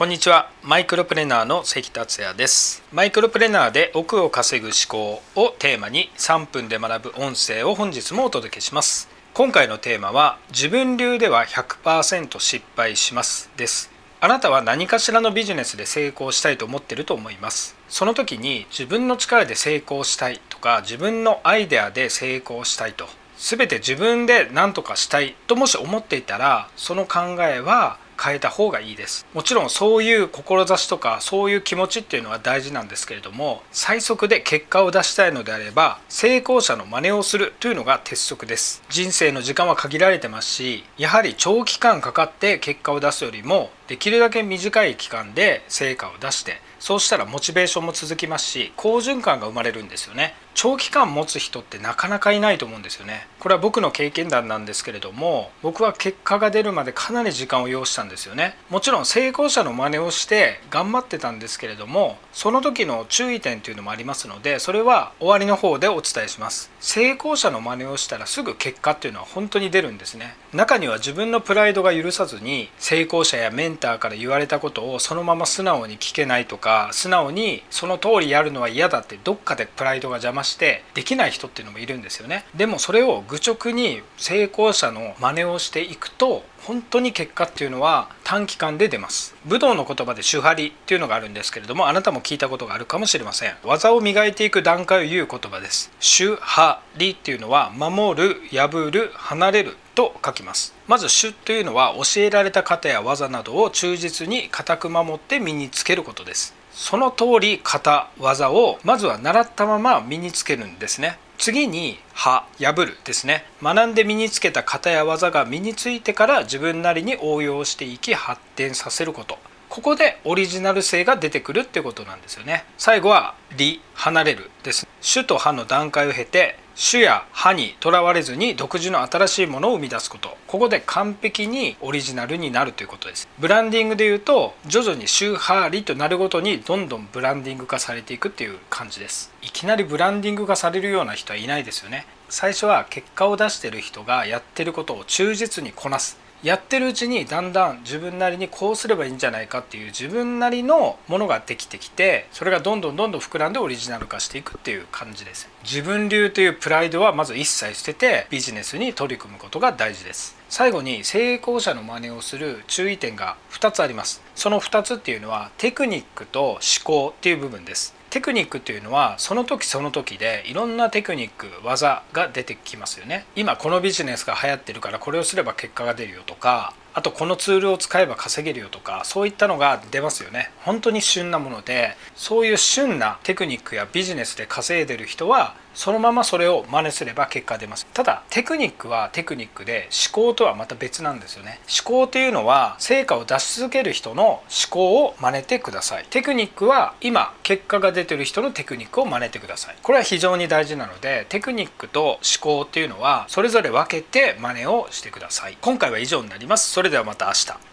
こんにちは。マイクロプレナーの関達也です。マイクロプレナーで億を稼ぐ思考をテーマに3分で学ぶ音声を本日もお届けします。今回のテーマは自分流では 100% 失敗しますです。あなたは何かしらのビジネスで成功したいと思っていると思います。その時に自分の力で成功したいとか自分のアイデアで成功したいと全て自分で何とかしたいともし思っていたらその考えは変えた方がいいです。もちろんそういう志とかそういう気持ちっていうのは大事なんですけれども、最速で結果を出したいのであれば成功者の真似をするというのが鉄則です。人生の時間は限られてますし、やはり長期間かかって結果を出すよりもできるだけ短い期間で成果を出して、そうしたらモチベーションも続きますし好循環が生まれるんですよね。長期間持つ人ってなかなかいないと思うんですよね。これは僕の経験談なんですけれども、僕は結果が出るまでかなり時間を要したんですよね。もちろん成功者の真似をして頑張ってたんですけれども、その時の注意点というのもありますので、それは終わりの方でお伝えします。成功者の真似をしたらすぐ結果っていうのは本当に出るんですね。中には自分のプライドが許さずに成功者やメンターから言われたことをそのまま素直に聞けないとか、素直にその通りやるのは嫌だってどっかでプライドが邪魔してできない人っていうのもいるんですよね。でもそれを愚直に成功者の真似をしていくと本当に結果っていうのは短期間で出ます。武道の言葉で手張りっていうのがあるんですけれども、あなたも聞いたことがあるかもしれません。技を磨いていく段階を言う言葉です。手張りっていうのは守る、破る、離れると書きます。まず手というのは教えられた型や技などを忠実に固く守って身につけることです。その通り型技をまずは習ったまま身につけるんですね。次に破るですね。学んで身につけた型や技が身についてから自分なりに応用していき発展させること、ここでオリジナル性が出てくるってことなんですよね。最後は離れるです。手と歯の段階を経て手や歯にとらわれずに独自の新しいものを生み出すこと、ここで完璧にオリジナルになるということです。ブランディングでいうと徐々に手張りとなるごとにどんどんブランディング化されていくっていう感じです。いきなりブランディング化されるような人はいないですよね。最初は結果を出している人がやってることを忠実にこなす。やってるうちにだんだん自分なりにこうすればいいんじゃないかっていう自分なりのものができてきて、それがどんどん膨らんでオリジナル化していくっていう感じです。自分流というプライドはまず一切捨ててビジネスに取り組むことが大事です。最後に成功者の真似をする注意点が2つあります。その2つっていうのはテクニックと思考っていう部分です。テクニックっていうのはその時その時でいろんなテクニック技が出てきますよね。今このビジネスが流行ってるからこれをすれば結果が出るよとか、あとこのツールを使えば稼げるよとか、そういったのが出ますよね。本当に旬なもので、そういう旬なテクニックやビジネスで稼いでる人はそのままそれを真似すれば結果出ます。ただテクニックはテクニックで思考とはまた別なんですよね。思考っていうのは成果を出し続ける人の思考を真似てください。テクニックは今結果が出てる人のテクニックを真似てください。これは非常に大事なので、テクニックと思考っていうのはそれぞれ分けて真似をしてください。今回は以上になります。それではまた明日。